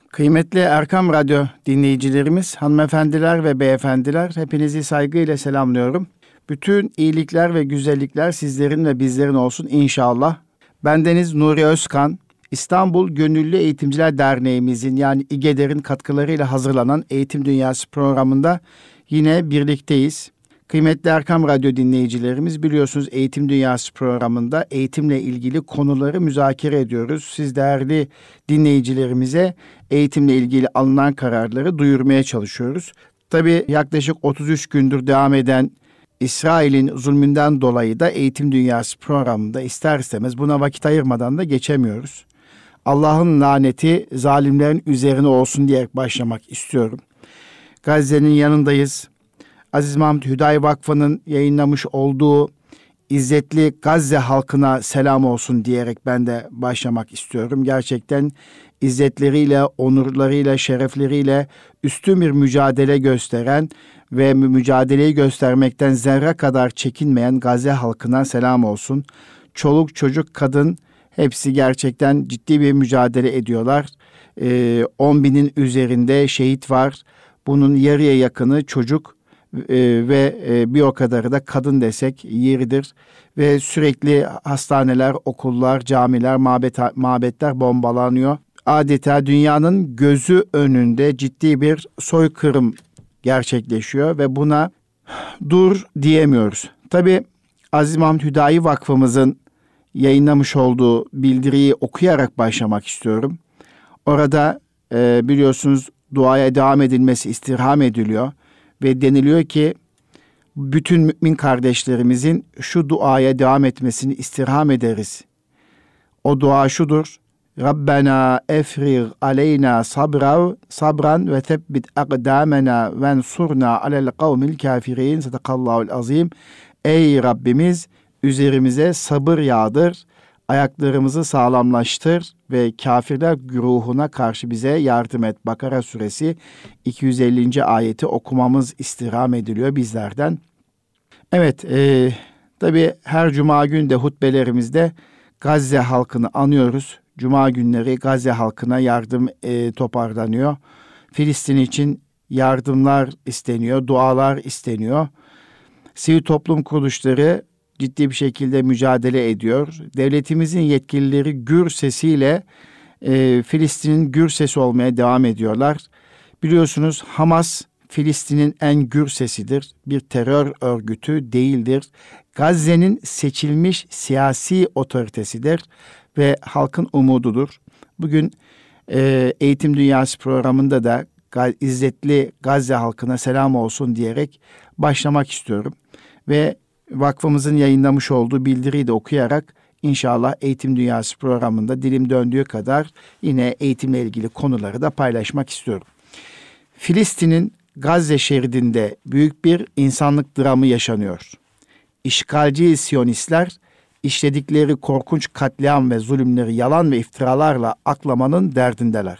Kıymetli Erkam Radyo dinleyicilerimiz, hanımefendiler ve beyefendiler, hepinizi saygıyla selamlıyorum. Bütün iyilikler ve güzellikler sizlerin ve bizlerin olsun inşallah. Bendeniz Nuri Özkan, İstanbul Gönüllü Eğitimciler Derneğimizin yani İGEDER'in katkılarıyla hazırlanan Eğitim Dünyası programında yine birlikteyiz. Kıymetli Erkam Radyo dinleyicilerimiz, biliyorsunuz Eğitim Dünyası programında eğitimle ilgili konuları müzakere ediyoruz. Siz değerli dinleyicilerimize eğitimle ilgili alınan kararları duyurmaya çalışıyoruz. Tabii yaklaşık 33 gündür devam eden İsrail'in zulmünden dolayı da Eğitim Dünyası programında ister istemez buna vakit ayırmadan da geçemiyoruz. Allah'ın laneti zalimlerin üzerine olsun diyerek başlamak istiyorum. Gazze'nin yanındayız. Aziz Mahmut Hüdayi Vakfı'nın yayınlamış olduğu İzzetli Gazze halkına selam olsun diyerek ben de başlamak istiyorum. Gerçekten izzetleriyle, onurlarıyla, şerefleriyle üstün bir mücadele gösteren ve mücadeleyi göstermekten zerre kadar çekinmeyen Gazze halkına selam olsun. Çoluk, çocuk, kadın hepsi gerçekten ciddi bir mücadele ediyorlar. 10 binin üzerinde şehit var. Bunun yarıya yakını çocuk ve bir o kadarı da kadın desek yeridir. Ve sürekli hastaneler, okullar, camiler, mabetler bombalanıyor. Adeta dünyanın gözü önünde ciddi bir soykırım gerçekleşiyor ve buna dur diyemiyoruz. Tabii Aziz Mahmut Hüdayi Vakfımızın yayınlamış olduğu bildiriyi okuyarak başlamak istiyorum. Orada biliyorsunuz duaya devam edilmesi istirham ediliyor ve deniliyor ki bütün mümin kardeşlerimizin şu duaya devam etmesini istirham ederiz. O dua şudur: Rabbena efrig aleyna sabran ve tebbit akdamena ve ensurna alel kavmil kafirin. Sadakallahul azim. Ey Rabbimiz, üzerimize sabır yağdır, ayaklarımızı sağlamlaştır ve kafirler güruhuna karşı bize yardım et. Bakara suresi 250. ayeti okumamız istirham ediliyor bizlerden. Evet, tabii her cuma günü de hutbelerimizde Gazze halkını anıyoruz. Cuma günleri Gazze halkına yardım toparlanıyor. Filistin için yardımlar isteniyor, dualar isteniyor. Sivil toplum kuruluşları ciddi bir şekilde mücadele ediyor. Devletimizin yetkilileri gür sesiyle Filistin'in gür sesi olmaya devam ediyorlar. Biliyorsunuz Hamas Filistin'in en gür sesidir. Bir terör örgütü değildir. Gazze'nin seçilmiş siyasi otoritesidir ve halkın umududur. Bugün Eğitim Dünyası programında da İzzetli Gazze halkına selam olsun diyerek başlamak istiyorum. Ve vakfımızın yayınlamış olduğu bildiriyi de okuyarak inşallah Eğitim Dünyası programında dilim döndüğü kadar yine eğitimle ilgili konuları da paylaşmak istiyorum. Filistin'in Gazze şeridinde büyük bir insanlık dramı yaşanıyor. İşgalci Siyonistler işledikleri korkunç katliam ve zulümleri yalan ve iftiralarla aklamanın derdindeler.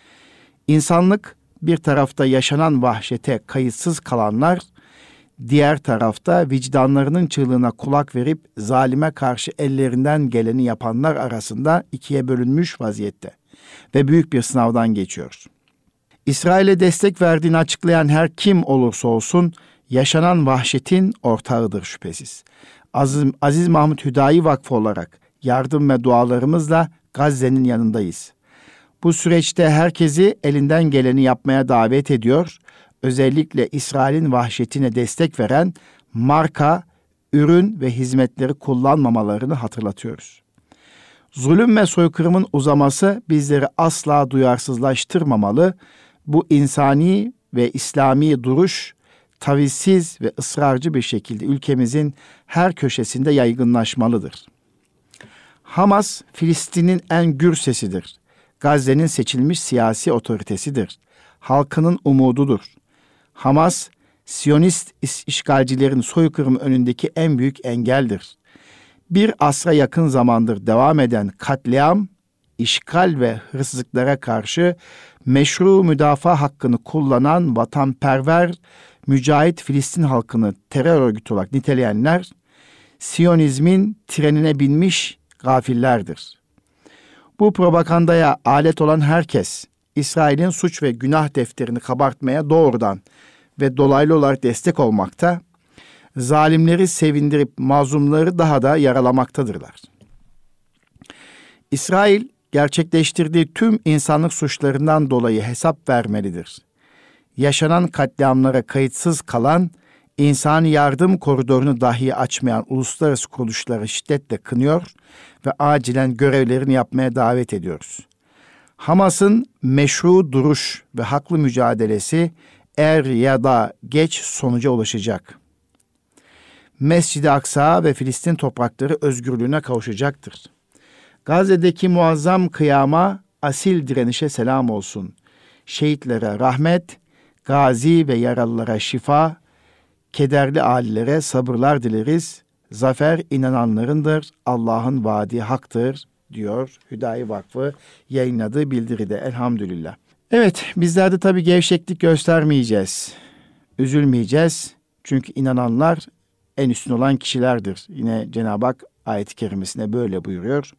İnsanlık bir tarafta yaşanan vahşete kayıtsız kalanlar, diğer tarafta vicdanlarının çığlığına kulak verip zalime karşı ellerinden geleni yapanlar arasında ikiye bölünmüş vaziyette ve büyük bir sınavdan geçiyor. İsrail'e destek verdiğini açıklayan her kim olursa olsun yaşanan vahşetin ortağıdır şüphesiz. Aziz Mahmut Hüdayi Vakfı olarak yardım ve dualarımızla Gazze'nin yanındayız. Bu süreçte herkesi elinden geleni yapmaya davet ediyor. Özellikle İsrail'in vahşetine destek veren marka, ürün ve hizmetleri kullanmamalarını hatırlatıyoruz. Zulüm ve soykırımın uzaması bizleri asla duyarsızlaştırmamalı. Bu insani ve İslami duruş tavizsiz ve ısrarcı bir şekilde ülkemizin her köşesinde yaygınlaşmalıdır. Hamas, Filistin'in en gür sesidir. Gazze'nin seçilmiş siyasi otoritesidir. Halkının umududur. Hamas, Siyonist işgalcilerin soykırımı önündeki en büyük engeldir. Bir asra yakın zamandır devam eden katliam, işgal ve hırsızlıklara karşı meşru müdafaa hakkını kullanan vatanperver, mücahit Filistin halkını terör örgütü olarak niteleyenler, Siyonizmin trenine binmiş gafillerdir. Bu propagandaya alet olan herkes, İsrail'in suç ve günah defterini kabartmaya doğrudan ve dolaylı olarak destek olmakta, zalimleri sevindirip mazlumları daha da yaralamaktadırlar. İsrail, gerçekleştirdiği tüm insanlık suçlarından dolayı hesap vermelidir. Yaşanan katliamlara kayıtsız kalan, insani yardım koridorunu dahi açmayan uluslararası kuruluşları şiddetle kınıyor ve acilen görevlerini yapmaya davet ediyoruz. Hamas'ın meşru duruş ve haklı mücadelesi er ya da geç sonuca ulaşacak. Mescid-i Aksa ve Filistin toprakları özgürlüğüne kavuşacaktır. Gazze'deki muazzam kıyama, asil direnişe selam olsun. Şehitlere rahmet, gazi ve yaralılara şifa, kederli ailelere sabırlar dileriz. Zafer inananlarındır, Allah'ın vaadi haktır diyor Hüdayi Vakfı yayınladığı bildiride. Elhamdülillah. Evet, bizler de tabii gevşeklik göstermeyeceğiz. Üzülmeyeceğiz. Çünkü inananlar en üstün olan kişilerdir. Yine Cenab-ı Hak ayet-i kerimesinde böyle buyuruyor.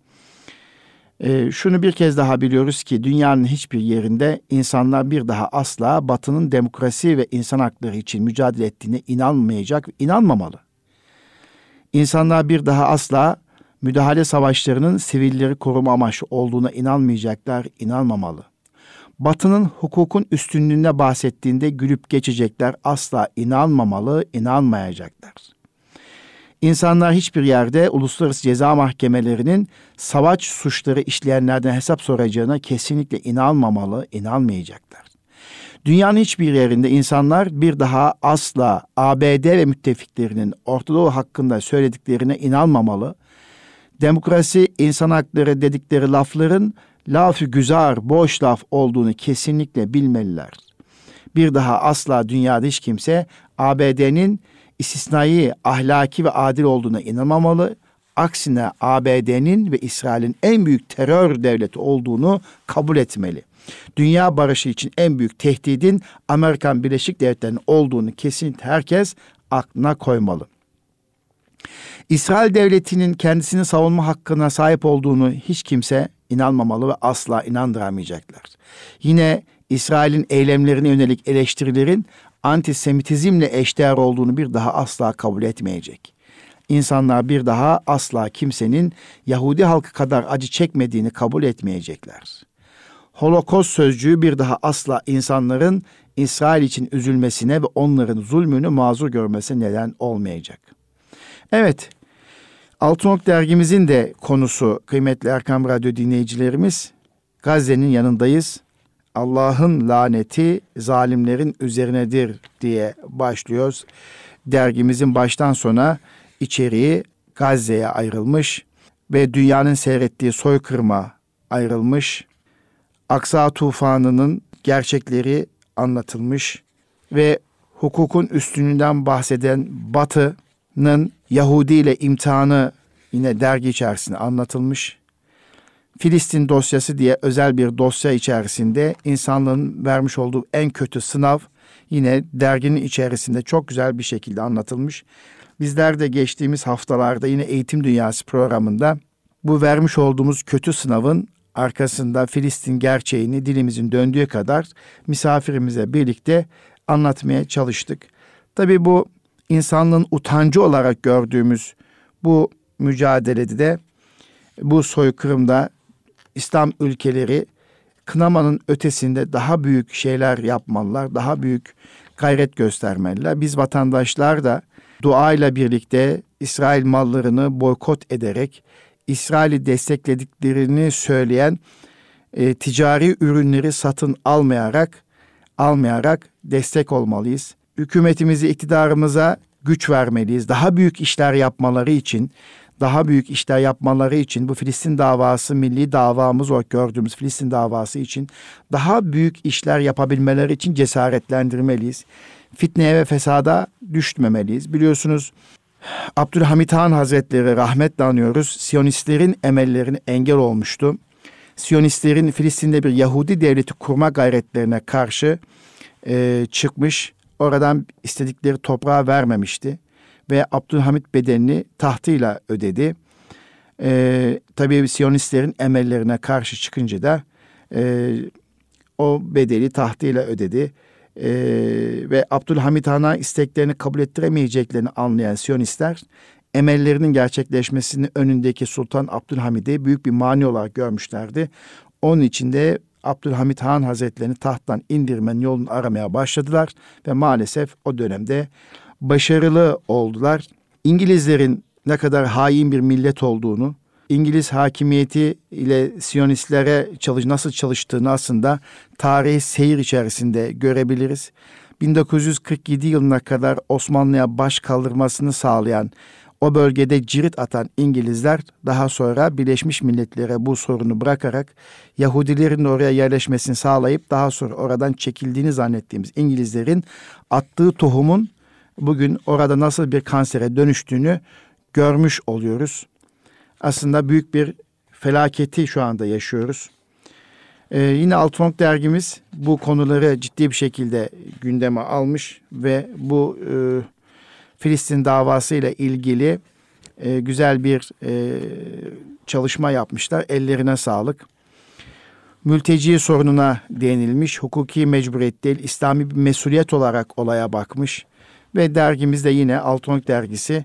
Şunu bir kez daha biliyoruz ki dünyanın hiçbir yerinde insanlar bir daha asla Batı'nın demokrasi ve insan hakları için mücadele ettiğine inanmayacak, inanmamalı. İnsanlar bir daha asla müdahale savaşlarının sivilleri koruma amaçlı olduğuna inanmayacaklar, inanmamalı. Batı'nın hukukun üstünlüğüne bahsettiğinde gülüp geçecekler, asla inanmamalı, inanmayacaklar. İnsanlar hiçbir yerde uluslararası ceza mahkemelerinin savaş suçları işleyenlerden hesap soracağına kesinlikle inanmamalı, inanmayacaklar. Dünyanın hiçbir yerinde insanlar bir daha asla ABD ve müttefiklerinin Orta Doğu hakkında söylediklerine inanmamalı. Demokrasi, insan hakları dedikleri lafların laf-ı güzar, boş laf olduğunu kesinlikle bilmeliler. Bir daha asla dünyada hiç kimse ABD'nin istisnai, ahlaki ve adil olduğuna inanmamalı. Aksine ABD'nin ve İsrail'in en büyük terör devleti olduğunu kabul etmeli. Dünya barışı için en büyük tehdidin Amerikan Birleşik Devletleri'nin olduğunu kesinlikle herkes aklına koymalı. İsrail devletinin kendisini savunma hakkına sahip olduğunu hiç kimse inanmamalı ve asla inandıramayacaklar. Yine İsrail'in eylemlerine yönelik eleştirilerin antisemitizmle eşdeğer olduğunu bir daha asla kabul etmeyecek. İnsanlar bir daha asla kimsenin Yahudi halkı kadar acı çekmediğini kabul etmeyecekler. Holokost sözcüğü bir daha asla insanların İsrail için üzülmesine ve onların zulmünü mazur görmesine neden olmayacak. Evet, Altın Ok dergimizin de konusu kıymetli Erkam Radyo dinleyicilerimiz, Gazze'nin yanındayız. Allah'ın laneti zalimlerin üzerinedir diye başlıyoruz. Dergimizin baştan sona içeriği Gazze'ye ayrılmış ve dünyanın seyrettiği soykırıma ayrılmış. Aksa tufanının gerçekleri anlatılmış ve hukukun üstünlüğünden bahseden Batı'nın Yahudi ile imtihanı yine dergi içerisinde anlatılmış. Filistin dosyası diye özel bir dosya içerisinde insanlığın vermiş olduğu en kötü sınav yine derginin içerisinde çok güzel bir şekilde anlatılmış. Bizler de geçtiğimiz haftalarda yine Eğitim Dünyası programında bu vermiş olduğumuz kötü sınavın arkasında Filistin gerçeğini dilimizin döndüğü kadar misafirimize birlikte anlatmaya çalıştık. Tabii bu insanlığın utancı olarak gördüğümüz bu mücadelede de bu soykırımda İslam ülkeleri kınamanın ötesinde daha büyük şeyler yapmalılar, daha büyük gayret göstermeliler. Biz vatandaşlar da duayla birlikte İsrail mallarını boykot ederek, İsrail'i desteklediklerini söyleyen ticari ürünleri satın almayarak destek olmalıyız. Hükümetimizi, iktidarımıza güç vermeliyiz. Daha büyük işler yapmaları için bu Filistin davası, milli davamız o gördüğümüz Filistin davası için daha büyük işler yapabilmeleri için cesaretlendirmeliyiz. Fitneye ve fesada düşmemeliyiz. Biliyorsunuz Abdülhamit Han Hazretleri rahmetle anıyoruz. Siyonistlerin emellerine engel olmuştu. Siyonistlerin Filistin'de bir Yahudi devleti kurma gayretlerine karşı çıkmış. Oradan istedikleri toprağı vermemişti. Ve Abdülhamit bedelini tahtıyla ödedi. Tabii Siyonistlerin emellerine karşı çıkınca da o bedeli tahtıyla ödedi. Ve Abdülhamit Han'a isteklerini kabul ettiremeyeceklerini anlayan Siyonistler, emellerinin gerçekleşmesinin önündeki Sultan Abdülhamid'i büyük bir mani olarak görmüşlerdi. Onun için de Abdülhamit Han Hazretlerini tahttan indirmenin yolunu aramaya başladılar ve maalesef o dönemde başarılı oldular. İngilizlerin ne kadar hain bir millet olduğunu, İngiliz hakimiyeti ile Siyonistlere nasıl çalıştığını aslında tarihi seyir içerisinde görebiliriz. 1947 yılına kadar Osmanlı'ya baş kaldırmasını sağlayan, o bölgede cirit atan İngilizler daha sonra Birleşmiş Milletler'e bu sorunu bırakarak Yahudilerin oraya yerleşmesini sağlayıp daha sonra oradan çekildiğini zannettiğimiz İngilizlerin attığı tohumun bugün orada nasıl bir kansere dönüştüğünü görmüş oluyoruz. Aslında büyük bir felaketi şu anda yaşıyoruz. Yine Altınok dergimiz bu konuları ciddi bir şekilde gündeme almış ve bu Filistin davası ile ilgili güzel bir çalışma yapmışlar. Ellerine sağlık. Mülteci sorununa değinilmiş. Hukuki mecburiyet değil, İslami bir mesuliyet olarak olaya bakmış. Ve dergimiz de yine Altınok dergisi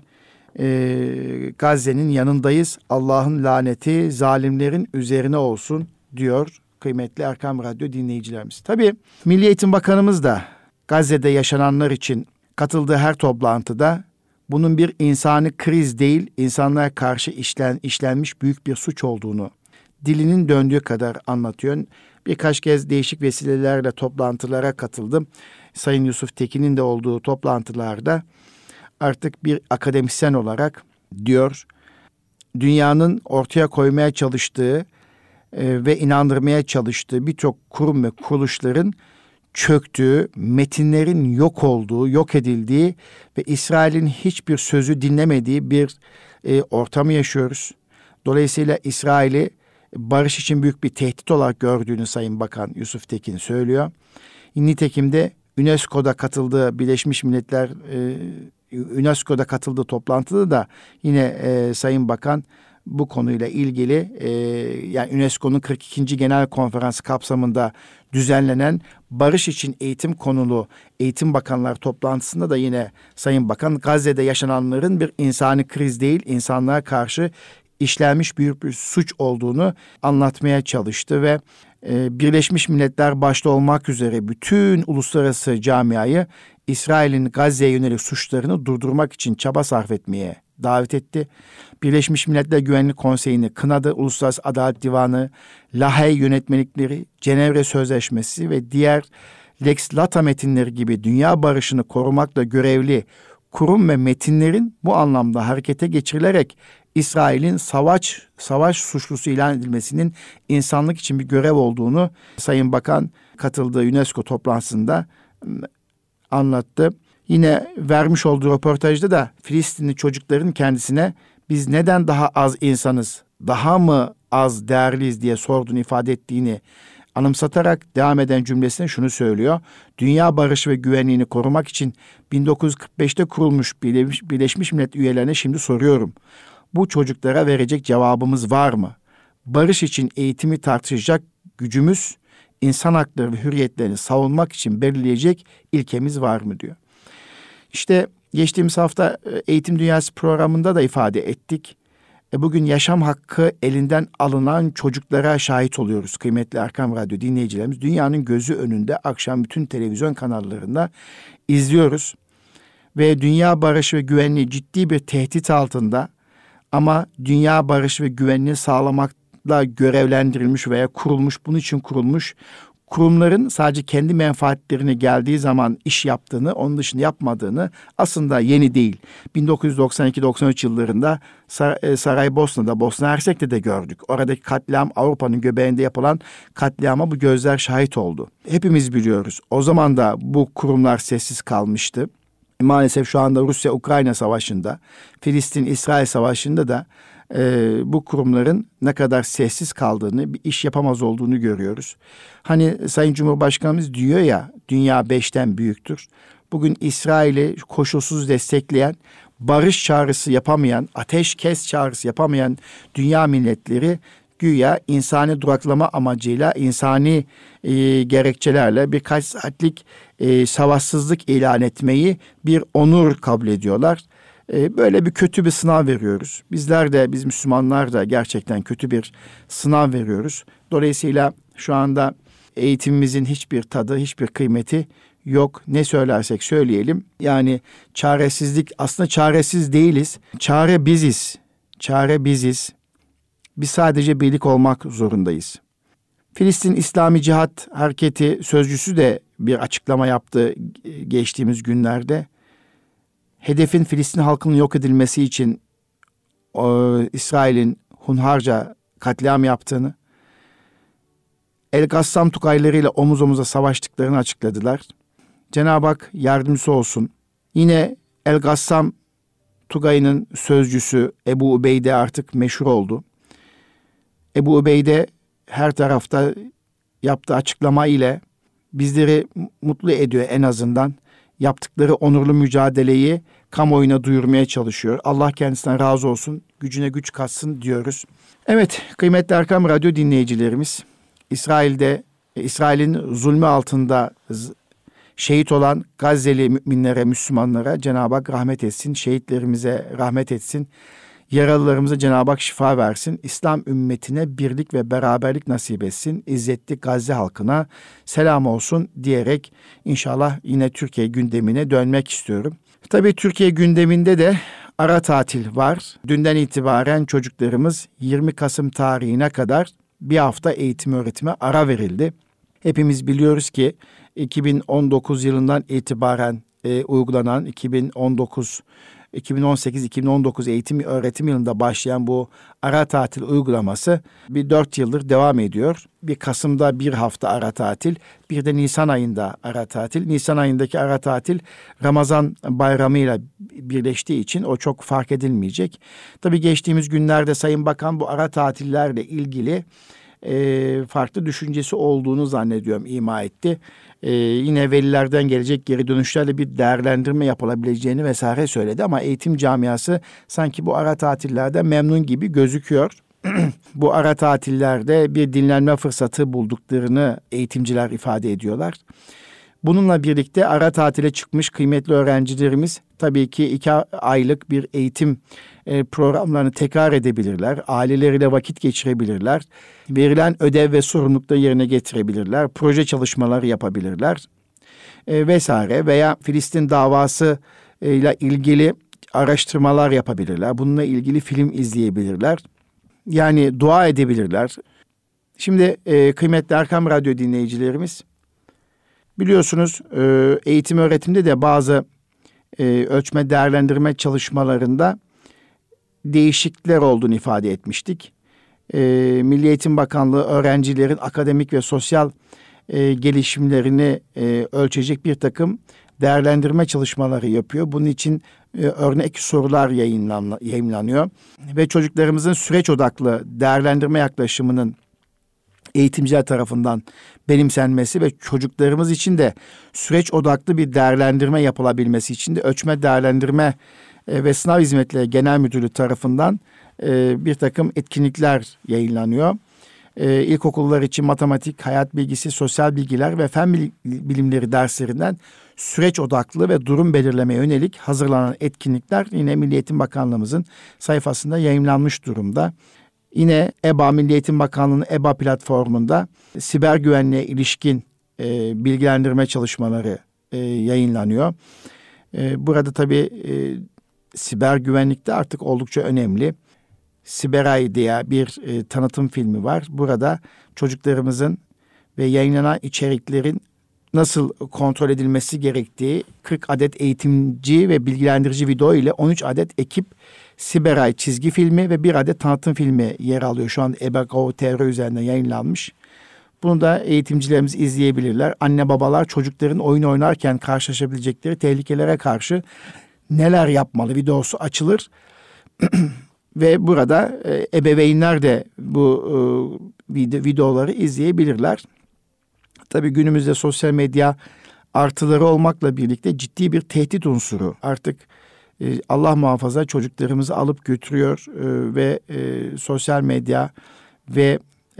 Gazze'nin yanındayız. Allah'ın laneti zalimlerin üzerine olsun diyor kıymetli Erkam Radyo dinleyicilerimiz. Tabii Milli Eğitim Bakanımız da Gazze'de yaşananlar için katıldığı her toplantıda bunun bir insani kriz değil, insanlara karşı işlenmiş büyük bir suç olduğunu dilinin döndüğü kadar anlatıyor. Birkaç kez değişik vesilelerle toplantılara katıldım. Sayın Yusuf Tekin'in de olduğu toplantılarda artık bir akademisyen olarak diyor, dünyanın ortaya koymaya çalıştığı ve inandırmaya çalıştığı birçok kurum ve kuruluşların çöktüğü, metinlerin yok olduğu, yok edildiği ve İsrail'in hiçbir sözü dinlemediği bir ortamı yaşıyoruz. Dolayısıyla İsrail'i barış için büyük bir tehdit olarak gördüğünü Sayın Bakan Yusuf Tekin söylüyor. Nitekim de UNESCO'da katıldığı UNESCO'da katıldığı toplantıda da yine Sayın Bakan bu konuyla ilgili yani UNESCO'nun 42. Genel Konferansı kapsamında düzenlenen barış için eğitim konulu Eğitim Bakanlar toplantısında da yine Sayın Bakan Gazze'de yaşananların bir insani kriz değil, insanlığa karşı işlenmiş büyük bir suç olduğunu anlatmaya çalıştı ve Birleşmiş Milletler başta olmak üzere bütün uluslararası camiayı İsrail'in Gazze'ye yönelik suçlarını durdurmak için çaba sarf etmeye davet etti. Birleşmiş Milletler Güvenlik Konseyi'ni kınadı. Uluslararası Adalet Divanı, Lahey yönetmelikleri, Cenevre Sözleşmesi ve diğer Lex Lata metinleri gibi dünya barışını korumakla görevli kurum ve metinlerin bu anlamda harekete geçirilerek İsrail'in savaş suçlusu ilan edilmesinin insanlık için bir görev olduğunu Sayın Bakan katıldığı UNESCO toplantısında anlattı. Yine vermiş olduğu röportajda da Filistinli çocukların kendisine biz neden daha az insanız, daha mı az değerliyiz diye sorduğunu ifade ettiğini anımsatarak devam eden cümlesine şunu söylüyor. Dünya barışı ve güvenliğini korumak için 1945'te kurulmuş Birleşmiş Milletler üyelerine şimdi soruyorum. Bu çocuklara verecek cevabımız var mı? Barış için eğitimi tartışacak gücümüz, insan hakları ve hürriyetlerini savunmak için belirleyecek ilkemiz var mı diyor. İşte geçtiğimiz hafta Eğitim Dünyası programında da ifade ettik. Bugün yaşam hakkı elinden alınan çocuklara şahit oluyoruz kıymetli Erkam Radyo dinleyicilerimiz. Dünyanın gözü önünde akşam bütün televizyon kanallarında izliyoruz. Ve dünya barışı ve güvenliği ciddi bir tehdit altında ama dünya barışı ve güvenliği sağlamakla görevlendirilmiş veya kurulmuş, bunun için kurulmuş kurumların sadece kendi menfaatlerine geldiği zaman iş yaptığını, onun dışında yapmadığını aslında yeni değil. 1992-93 yıllarında Saraybosna'da, Bosna Hersek'te de gördük. Oradaki katliam, Avrupa'nın göbeğinde yapılan katliama bu gözler şahit oldu. Hepimiz biliyoruz. O zaman da bu kurumlar sessiz kalmıştı. Maalesef şu anda Rusya-Ukrayna savaşında, Filistin-İsrail savaşında da bu kurumların ne kadar sessiz kaldığını, bir iş yapamaz olduğunu görüyoruz. Hani Sayın Cumhurbaşkanımız diyor ya, dünya 5'ten büyüktür. Bugün İsrail'i koşulsuz destekleyen, barış çağrısı yapamayan, ateşkes çağrısı yapamayan dünya milletleri güya insani duraklama amacıyla, insani gerekçelerle birkaç saatlik savaşsızlık ilan etmeyi bir onur kabul ediyorlar. Böyle bir kötü bir sınav veriyoruz. Bizler de, biz Müslümanlar da gerçekten kötü bir sınav veriyoruz. Dolayısıyla şu anda eğitimimizin hiçbir tadı, hiçbir kıymeti yok. Ne söylersek söyleyelim. Yani çaresizlik, aslında çaresiz değiliz. Çare biziz. Çare biziz. Biz sadece birlik olmak zorundayız. Filistin İslami Cihat Hareketi sözcüsü de bir açıklama yaptı geçtiğimiz günlerde. Hedefin Filistin halkının yok edilmesi için İsrail'in hunharca katliam yaptığını, El-Gassam Tugaylarıyla omuz omuza savaştıklarını açıkladılar. Cenab-ı Hak yardımcısı olsun. Yine El-Gassam Tugayı'nın sözcüsü Ebu Ubeyde artık meşhur oldu. Ebu Ubeyde her tarafta yaptığı açıklama ile bizleri mutlu ediyor en azından. Yaptıkları onurlu mücadeleyi kamuoyuna duyurmaya çalışıyor. Allah kendisinden razı olsun, gücüne güç katsın diyoruz. Evet, kıymetli Erkam Radyo dinleyicilerimiz, İsrail'in zulmü altında şehit olan Gazze'li müminlere, Müslümanlara Cenab-ı Hak rahmet etsin. Şehitlerimize rahmet etsin. Yaralılarımıza Cenab-ı Hak şifa versin. İslam ümmetine birlik ve beraberlik nasip etsin. İzzetli Gazze halkına selam olsun diyerek inşallah yine Türkiye gündemine dönmek istiyorum. Tabii Türkiye gündeminde de ara tatil var. Dünden itibaren çocuklarımız 20 Kasım tarihine kadar bir hafta eğitim öğretime ara verildi. Hepimiz biliyoruz ki 2019 yılından itibaren uygulanan 2018-2019 eğitim öğretim yılında başlayan bu ara tatil uygulaması bir 4 yıldır devam ediyor. Bir Kasım'da bir hafta ara tatil, bir de Nisan ayında ara tatil. Nisan ayındaki ara tatil Ramazan bayramıyla birleştiği için o çok fark edilmeyecek. Tabii geçtiğimiz günlerde Sayın Bakan bu ara tatillerle ilgili farklı düşüncesi olduğunu zannediyorum ima etti. Yine velilerden gelecek geri dönüşlerle bir değerlendirme yapılabileceğini vesaire söyledi ama eğitim camiası sanki bu ara tatillerde memnun gibi gözüküyor. Bu ara tatillerde bir dinlenme fırsatı bulduklarını eğitimciler ifade ediyorlar. Bununla birlikte ara tatile çıkmış kıymetli öğrencilerimiz tabii ki 2 aylık bir eğitim programlarını tekrar edebilirler. Aileleriyle vakit geçirebilirler. Verilen ödev ve sorumlulukları yerine getirebilirler. Proje çalışmaları yapabilirler. Vesaire veya Filistin davası ile ilgili araştırmalar yapabilirler. Bununla ilgili film izleyebilirler. Yani dua edebilirler. Şimdi kıymetli Erkam Radyo dinleyicilerimiz, biliyorsunuz eğitim öğretimde de bazı ölçme değerlendirme çalışmalarında değişiklikler olduğunu ifade etmiştik. Milli Eğitim Bakanlığı öğrencilerin akademik ve sosyal gelişimlerini ölçecek bir takım değerlendirme çalışmaları yapıyor. Bunun için örnek sorular yayınlanıyor. Ve çocuklarımızın süreç odaklı değerlendirme yaklaşımının eğitimciler tarafından benimsenmesi ve çocuklarımız için de süreç odaklı bir değerlendirme yapılabilmesi için de Ölçme Değerlendirme ve Sınav Hizmetleri Genel Müdürlüğü tarafından bir takım etkinlikler yayınlanıyor. İlkokullar için matematik, hayat bilgisi, sosyal bilgiler ve fen bilimleri derslerinden süreç odaklı ve durum belirlemeye yönelik hazırlanan etkinlikler yine Milli Eğitim Bakanlığımızın sayfasında yayınlanmış durumda. Yine EBA, Milli Eğitim Bakanlığı'nın EBA platformunda siber güvenliğe ilişkin bilgilendirme çalışmaları yayınlanıyor. Burada tabii siber güvenlikte artık oldukça önemli. Siberay diye bir tanıtım filmi var. Burada çocuklarımızın ve yayınlanan içeriklerin nasıl kontrol edilmesi gerektiği 40 adet eğitimci ve bilgilendirici video ile 13 adet ekip Siberay çizgi filmi ve 1 adet tanıtım filmi yer alıyor. Şu an EBA.gov.tr üzerinden yayınlanmış. Bunu da eğitimcilerimiz izleyebilirler. Anne babalar çocukların oyun oynarken karşılaşabilecekleri tehlikelere karşı neler yapmalı videosu açılır. Ve burada ebeveynler de bu videoları izleyebilirler. Tabii günümüzde sosyal medya artıları olmakla birlikte ciddi bir tehdit unsuru. Artık Allah muhafaza çocuklarımızı alıp götürüyor ve sosyal medya ve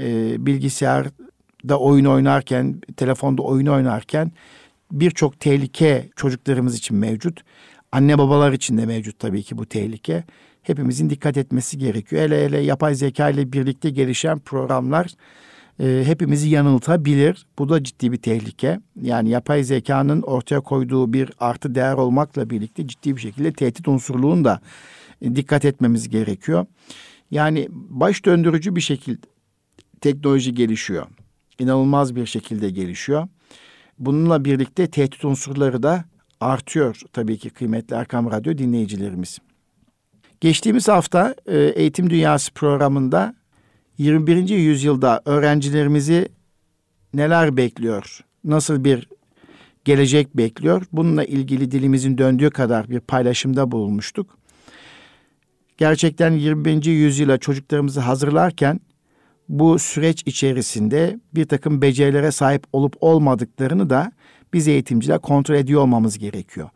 bilgisayarda oyun oynarken, telefonda oyun oynarken birçok tehlike çocuklarımız için mevcut. Anne babalar için de mevcut tabii ki bu tehlike. Hepimizin dikkat etmesi gerekiyor. Hele yapay zeka ile birlikte gelişen programlar hepimizi yanıltabilir. Bu da ciddi bir tehlike. Yani yapay zekanın ortaya koyduğu bir artı değer olmakla birlikte ciddi bir şekilde tehdit unsurluğun da dikkat etmemiz gerekiyor. Yani baş döndürücü bir şekilde teknoloji gelişiyor. İnanılmaz bir şekilde gelişiyor. Bununla birlikte tehdit unsurları da artıyor tabii ki kıymetli Erkam Radyo dinleyicilerimiz. Geçtiğimiz hafta Eğitim Dünyası programında 21. yüzyılda öğrencilerimizi neler bekliyor, nasıl bir gelecek bekliyor? Bununla ilgili dilimizin döndüğü kadar bir paylaşımda bulunmuştuk. Gerçekten 21. yüzyıla çocuklarımızı hazırlarken bu süreç içerisinde bir takım becerilere sahip olup olmadıklarını da biz eğitimciler kontrol ediyor olmamız gerekiyor.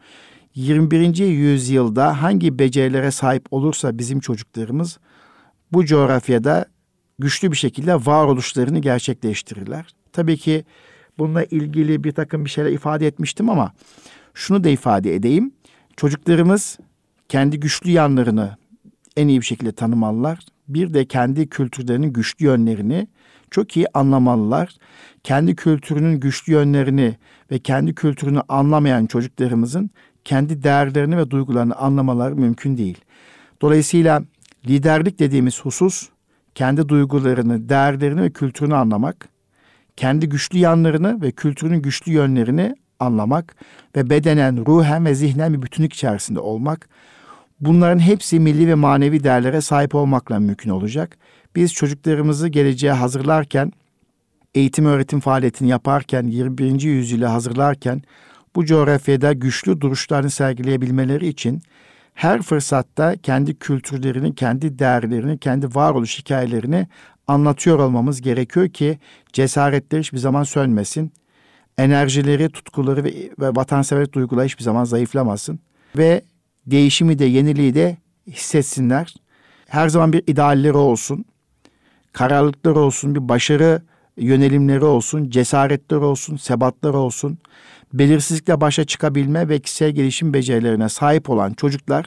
21. yüzyılda hangi becerilere sahip olursa bizim çocuklarımız bu coğrafyada güçlü bir şekilde varoluşlarını gerçekleştirirler. Tabii ki bununla ilgili bir takım bir şeyler ifade etmiştim ama şunu da ifade edeyim. Çocuklarımız kendi güçlü yanlarını en iyi bir şekilde tanımalılar. Bir de kendi kültürlerinin güçlü yönlerini çok iyi anlamalılar. Kendi kültürünün güçlü yönlerini ve kendi kültürünü anlamayan çocuklarımızın kendi değerlerini ve duygularını anlamaları mümkün değil. Dolayısıyla liderlik dediğimiz husus kendi duygularını, değerlerini ve kültürünü anlamak, kendi güçlü yanlarını ve kültürünün güçlü yönlerini anlamak ve bedenen, ruhen ve zihnen bir bütünlük içerisinde olmak. Bunların hepsi milli ve manevi değerlere sahip olmakla mümkün olacak. Biz çocuklarımızı geleceğe hazırlarken, eğitim öğretim faaliyetini yaparken, 21. yüzyıla hazırlarken bu coğrafyada güçlü duruşlarını sergileyebilmeleri için her fırsatta kendi kültürlerini, kendi değerlerini, kendi varoluş hikayelerini anlatıyor olmamız gerekiyor ki cesaretleri hiçbir zaman sönmesin. Enerjileri, tutkuları ve vatanseverlik duyguları hiçbir zaman zayıflamasın. Ve değişimi de, yeniliği de hissetsinler. Her zaman bir idealleri olsun, kararlılıkları olsun, bir başarı yönelimleri olsun, cesaretleri olsun, sebatları olsun. Belirsizlikle başa çıkabilme ve kişisel gelişim becerilerine sahip olan çocuklar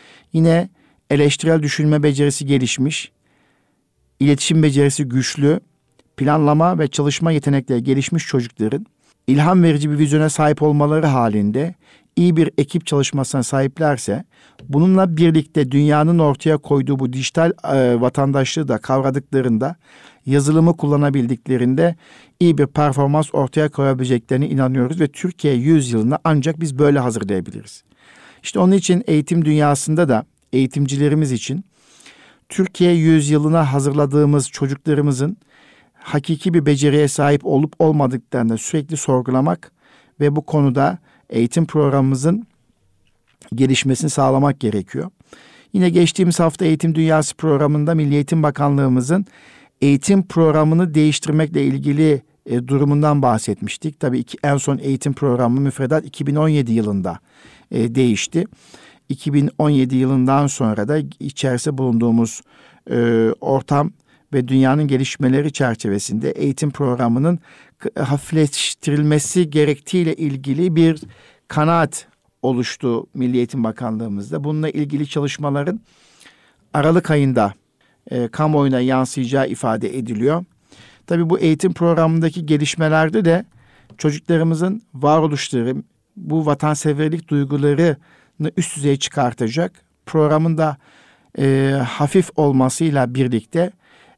yine eleştirel düşünme becerisi gelişmiş, iletişim becerisi güçlü, planlama ve çalışma yetenekleri gelişmiş çocukların ilham verici bir vizyona sahip olmaları halinde iyi bir ekip çalışmasına sahiplerse, bununla birlikte dünyanın ortaya koyduğu bu dijital vatandaşlığı da kavradıklarında, yazılımı kullanabildiklerinde iyi bir performans ortaya koyabileceklerine inanıyoruz ve Türkiye 100 yılına ancak biz böyle hazırlayabiliriz. İşte onun için eğitim dünyasında da eğitimcilerimiz için Türkiye 100 yılına hazırladığımız çocuklarımızın hakiki bir beceriye sahip olup olmadıklarını sürekli sorgulamak ve bu konuda eğitim programımızın gelişmesini sağlamak gerekiyor. Yine geçtiğimiz hafta Eğitim Dünyası programında Milli Eğitim Bakanlığımızın eğitim programını değiştirmekle ilgili durumundan bahsetmiştik. Tabii ki en son eğitim programı müfredat 2017 yılında değişti. 2017 yılından sonra da içerisinde bulunduğumuz ortam ve dünyanın gelişmeleri çerçevesinde eğitim programının hafifleştirilmesi gerektiğiyle ilgili bir kanaat oluştu Milli Eğitim Bakanlığımızda. Bununla ilgili çalışmaların Aralık ayında kamuoyuna yansıyacağı ifade ediliyor. Tabii bu eğitim programındaki gelişmelerde de çocuklarımızın varoluşları, bu vatanseverlik duygularını üst düzeye çıkartacak. Programın da hafif olmasıyla birlikte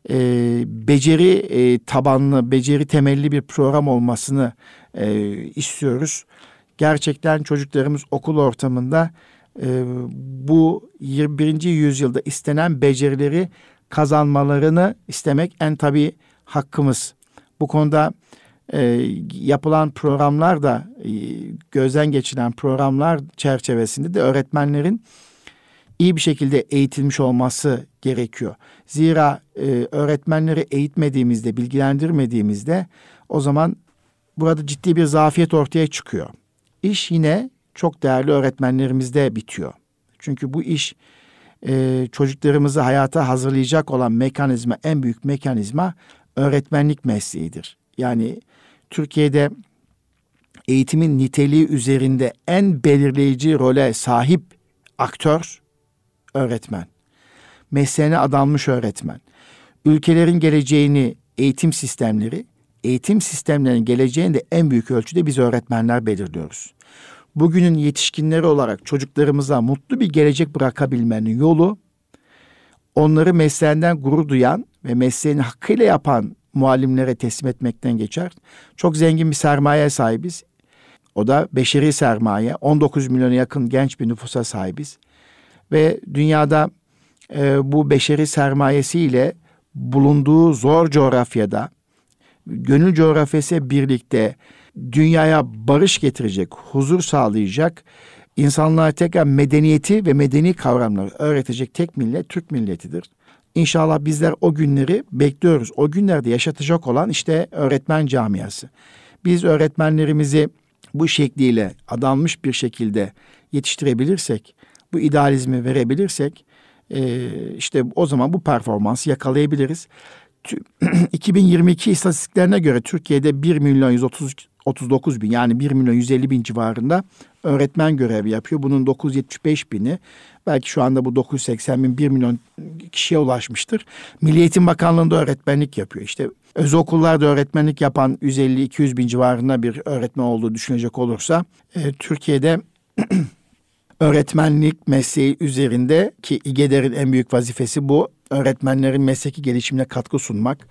beceri tabanlı, beceri temelli bir program olmasını istiyoruz. Gerçekten çocuklarımız okul ortamında bu 21. yüzyılda istenen becerileri kazanmalarını istemek en tabii hakkımız. Bu konuda yapılan programlar da gözden geçirilen programlar çerçevesinde de öğretmenlerin iyi bir şekilde eğitilmiş olması gerekiyor. Zira öğretmenleri eğitmediğimizde, bilgilendirmediğimizde o zaman burada ciddi bir zafiyet ortaya çıkıyor. İş yine çok değerli öğretmenlerimizde bitiyor. Çünkü bu iş çocuklarımızı hayata hazırlayacak olan mekanizma, en büyük mekanizma öğretmenlik mesleğidir. Yani Türkiye'de eğitimin niteliği üzerinde en belirleyici role sahip aktör öğretmen. Mesleğine adanmış öğretmen. Ülkelerin geleceğini eğitim sistemlerinin geleceğini de en büyük ölçüde biz öğretmenler belirliyoruz. Bugünün yetişkinleri olarak çocuklarımıza mutlu bir gelecek bırakabilmenin yolu, onları mesleğinden gurur duyan ve mesleğini hakkıyla yapan muallimlere teslim etmekten geçer. Çok zengin bir sermayeye sahibiz. O da beşeri sermaye. 19 milyona yakın genç bir nüfusa sahibiz. Ve dünyada bu beşeri sermayesiyle bulunduğu zor coğrafyada, gönül coğrafyası birlikte dünyaya barış getirecek, huzur sağlayacak, insanlığa tekrar medeniyeti ve medeni kavramları öğretecek tek millet Türk milletidir. İnşallah bizler o günleri bekliyoruz. O günlerde yaşatacak olan işte öğretmen camiası. Biz öğretmenlerimizi bu şekliyle adanmış bir şekilde yetiştirebilirsek, bu idealizmi verebilirsek, işte o zaman bu performansı yakalayabiliriz. 2022 istatistiklerine göre Türkiye'de 1 milyon 139 bin, yani 1 milyon 150 bin civarında öğretmen görevi yapıyor. Bunun 975 bini, belki şu anda bu 980 bin, 1 milyon kişiye ulaşmıştır. Milli Eğitim Bakanlığı'nda öğretmenlik yapıyor. İşte özel okullarda öğretmenlik yapan 150-200 bin civarında bir öğretmen olduğu düşünecek olursa Türkiye'de öğretmenlik mesleği üzerinde, ki İGEDER'in en büyük vazifesi bu, öğretmenlerin mesleki gelişimine katkı sunmak,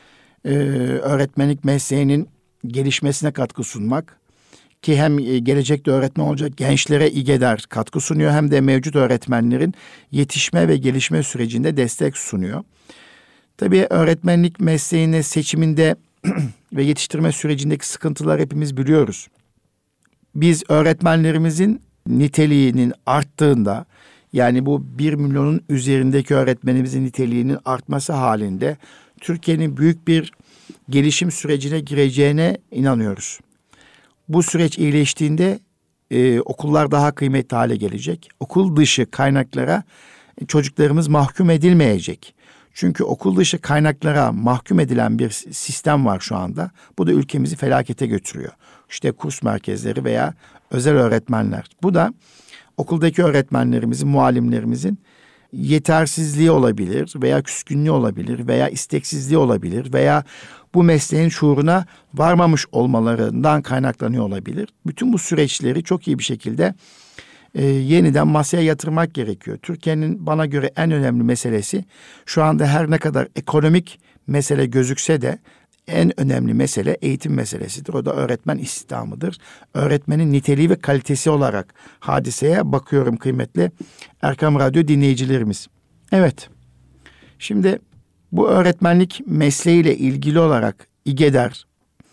öğretmenlik mesleğinin gelişmesine katkı sunmak, ki hem gelecekte öğretmen olacak gençlere İGEDER katkı sunuyor, hem de mevcut öğretmenlerin yetişme ve gelişme sürecinde destek sunuyor. Tabii öğretmenlik mesleğini seçiminde ve yetiştirme sürecindeki sıkıntılar hepimiz biliyoruz. Biz öğretmenlerimizin niteliğinin arttığında, yani bu 1 milyonun üzerindeki öğretmenimizin niteliğinin artması halinde Türkiye'nin büyük bir gelişim sürecine gireceğine inanıyoruz. Bu süreç iyileştiğinde okullar daha kıymetli hale gelecek. Okul dışı kaynaklara çocuklarımız mahkum edilmeyecek. Çünkü okul dışı kaynaklara mahkum edilen bir sistem var şu anda. Bu da ülkemizi felakete götürüyor. İşte kurs merkezleri veya özel öğretmenler. Bu da okuldaki öğretmenlerimizin, muallimlerimizin yetersizliği olabilir veya küskünlüğü olabilir veya isteksizliği olabilir veya bu mesleğin şuuruna varmamış olmalarından kaynaklanıyor olabilir. Bütün bu süreçleri çok iyi bir şekilde yeniden masaya yatırmak gerekiyor. Türkiye'nin bana göre en önemli meselesi, şu anda her ne kadar ekonomik mesele gözükse de en önemli mesele eğitim meselesidir. O da öğretmen istihdamıdır. Öğretmenin niteliği ve kalitesi olarak hadiseye bakıyorum kıymetli Erkam Radyo dinleyicilerimiz. Evet, şimdi bu öğretmenlik mesleğiyle ilgili olarak İGEDER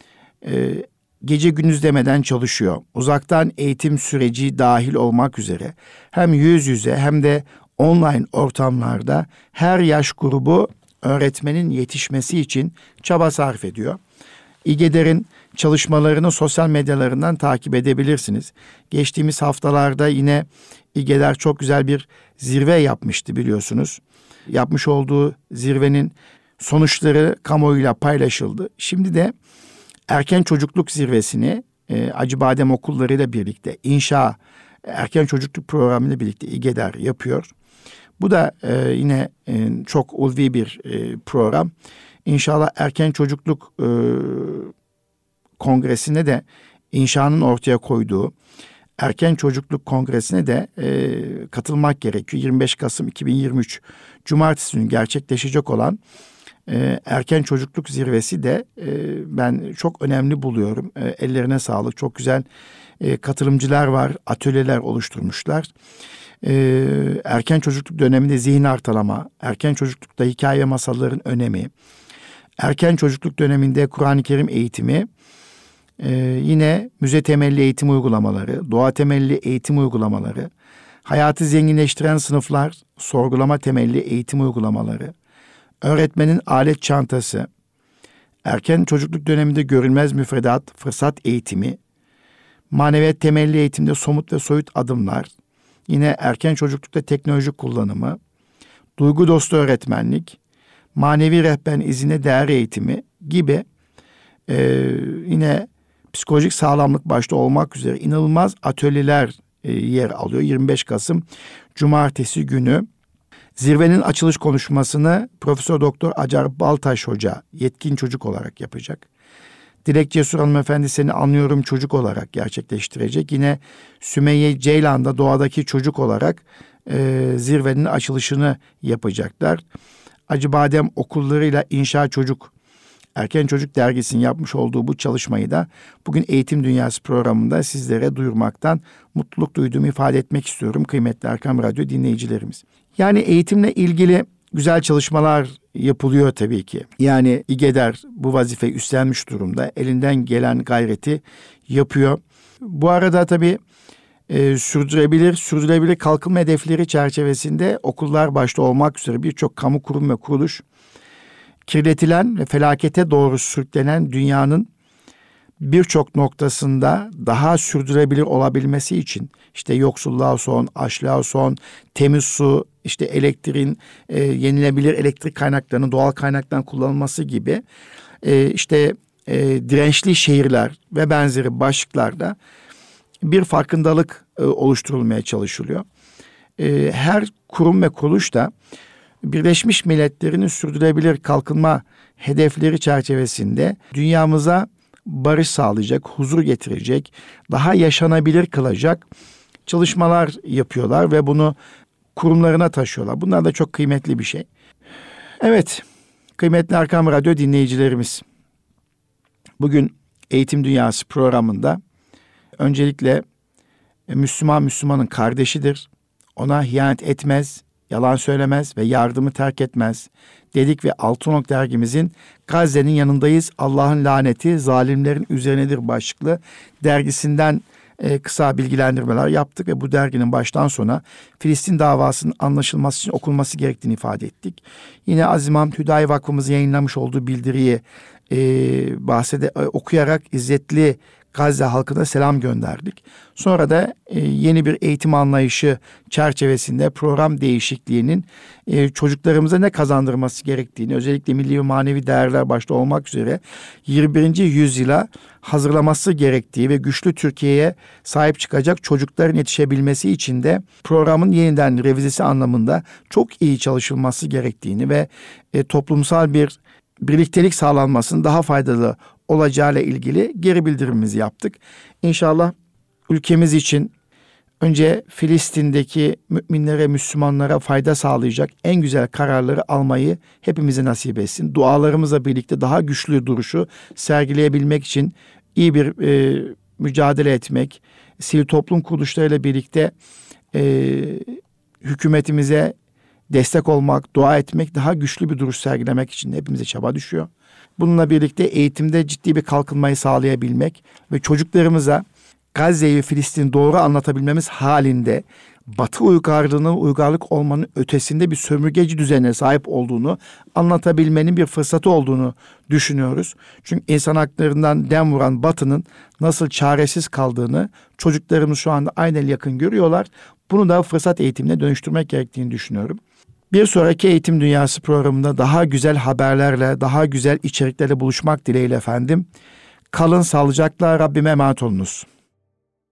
gece gündüz demeden çalışıyor. Uzaktan eğitim süreci dahil olmak üzere hem yüz yüze hem de online ortamlarda her yaş grubu öğretmenin yetişmesi için çaba sarf ediyor. İGEDER'in çalışmalarını sosyal medyalarından takip edebilirsiniz. Geçtiğimiz haftalarda yine İGEDER çok güzel bir zirve yapmıştı, biliyorsunuz. Yapmış olduğu zirvenin sonuçları kamuoyuyla paylaşıldı. Şimdi de erken çocukluk zirvesini Acıbadem okullarıyla birlikte erken çocukluk programıyla birlikte İGEDER yapıyor. Bu da yine çok ulvi bir program. İnşallah erken çocukluk kongresine de, İnşa'nın ortaya koyduğu erken çocukluk kongresine de katılmak gerekiyor. 25 Kasım 2023 Cumartesi günü gerçekleşecek olan erken çocukluk zirvesi de ben çok önemli buluyorum. Ellerine sağlık. Çok güzel katılımcılar var. Atölyeler oluşturmuşlar. Erken çocukluk döneminde zihin hartalama, erken çocuklukta hikaye ve masalların önemi, erken çocukluk döneminde Kur'an-ı Kerim eğitimi, yine müze temelli eğitim uygulamaları, doğa temelli eğitim uygulamaları, hayatı zenginleştiren sınıflar, sorgulama temelli eğitim uygulamaları, öğretmenin alet çantası, erken çocukluk döneminde görünmez müfredat, fırsat eğitimi, maneviyat temelli eğitimde somut ve soyut adımlar, yine erken çocuklukta teknoloji kullanımı, duygu dostu öğretmenlik, manevi rehberin izine değer eğitimi gibi yine psikolojik sağlamlık başta olmak üzere inanılmaz atölyeler yer alıyor. 25 Kasım Cumartesi günü zirvenin açılış konuşmasını Profesör Doktor Acar Baltaş Hoca yetkin çocuk olarak yapacak. Dilek Cesur Hanımefendi Seni Anlıyorum çocuk olarak gerçekleştirecek. Yine Sümeyye Ceylan da doğadaki çocuk olarak zirvenin açılışını yapacaklar. Acıbadem okullarıyla İnşa Çocuk, Erken Çocuk Dergisi'nin yapmış olduğu bu çalışmayı da bugün Eğitim Dünyası programında sizlere duyurmaktan mutluluk duyduğumu ifade etmek istiyorum kıymetli Erkam Radyo dinleyicilerimiz. Yani eğitimle ilgili güzel çalışmalar yapılıyor tabii ki. Yani İGEDER bu vazifeyi üstlenmiş durumda. Elinden gelen gayreti yapıyor. Bu arada tabii sürdürülebilir kalkınma hedefleri çerçevesinde okullar başta olmak üzere birçok kamu kurum ve kuruluş kirletilen ve felakete doğru sürüklenen dünyanın birçok noktasında daha sürdürülebilir olabilmesi için işte yoksulluğa son, açlığa son, temiz su, işte elektriğin yenilebilir elektrik kaynaklarının doğal kaynaktan kullanılması gibi dirençli şehirler ve benzeri başlıklarda bir farkındalık oluşturulmaya çalışılıyor. Her kurum ve kuruluş da Birleşmiş Milletler'in sürdürülebilir kalkınma hedefleri çerçevesinde dünyamıza barış sağlayacak, huzur getirecek, daha yaşanabilir kılacak çalışmalar yapıyorlar ve bunu kurumlarına taşıyorlar. Bunlar da çok kıymetli bir şey. Evet, kıymetli Erkam Radyo dinleyicilerimiz, bugün Eğitim Dünyası programında öncelikle Müslümanın kardeşidir, ona ihanet etmez, yalan söylemez ve yardımı terk etmez dedik ve Altınok dergimizin Gazze'nin yanındayız, Allah'ın laneti zalimlerin üzerinedir başlıklı dergisinden kısa bilgilendirmeler yaptık ve bu derginin baştan sona Filistin davasının anlaşılması için okunması gerektiğini ifade ettik. Yine Aziz Mahmut Hüdayi Vakfımız yayınlamış olduğu bildiriyi okuyarak İzzetli Gazze halkına selam gönderdik. Sonra da yeni bir eğitim anlayışı çerçevesinde program değişikliğinin çocuklarımıza ne kazandırması gerektiğini, özellikle milli ve manevi değerler başta olmak üzere 21. yüzyıla hazırlaması gerektiği ve güçlü Türkiye'ye sahip çıkacak çocukların yetişebilmesi için de programın yeniden revizesi anlamında çok iyi çalışılması gerektiğini ve toplumsal bir birliktelik sağlanmasının daha faydalı olacağıyla ilgili geri bildirimimizi yaptık. İnşallah ülkemiz için önce Filistin'deki müminlere, Müslümanlara fayda sağlayacak en güzel kararları almayı hepimize nasip etsin. Dualarımızla birlikte daha güçlü duruşu sergileyebilmek için iyi bir mücadele etmek, sivil toplum kuruluşlarıyla birlikte hükümetimize destek olmak, dua etmek, daha güçlü bir duruş sergilemek için hepimize çaba düşüyor. Bununla birlikte eğitimde ciddi bir kalkınmayı sağlayabilmek ve çocuklarımıza Gazze'yi, Filistin'i doğru anlatabilmemiz halinde Batı uygarlığının uygarlık olmanın ötesinde bir sömürgeci düzene sahip olduğunu anlatabilmenin bir fırsatı olduğunu düşünüyoruz. Çünkü insan haklarından dem vuran Batı'nın nasıl çaresiz kaldığını çocuklarımız şu anda aynen yakın görüyorlar. Bunu da fırsat eğitimine dönüştürmek gerektiğini düşünüyorum. Bir sonraki Eğitim Dünyası programında daha güzel haberlerle, daha güzel içeriklerle buluşmak dileğiyle efendim. Kalın sağlıcakla, Rabbime emanet olunuz.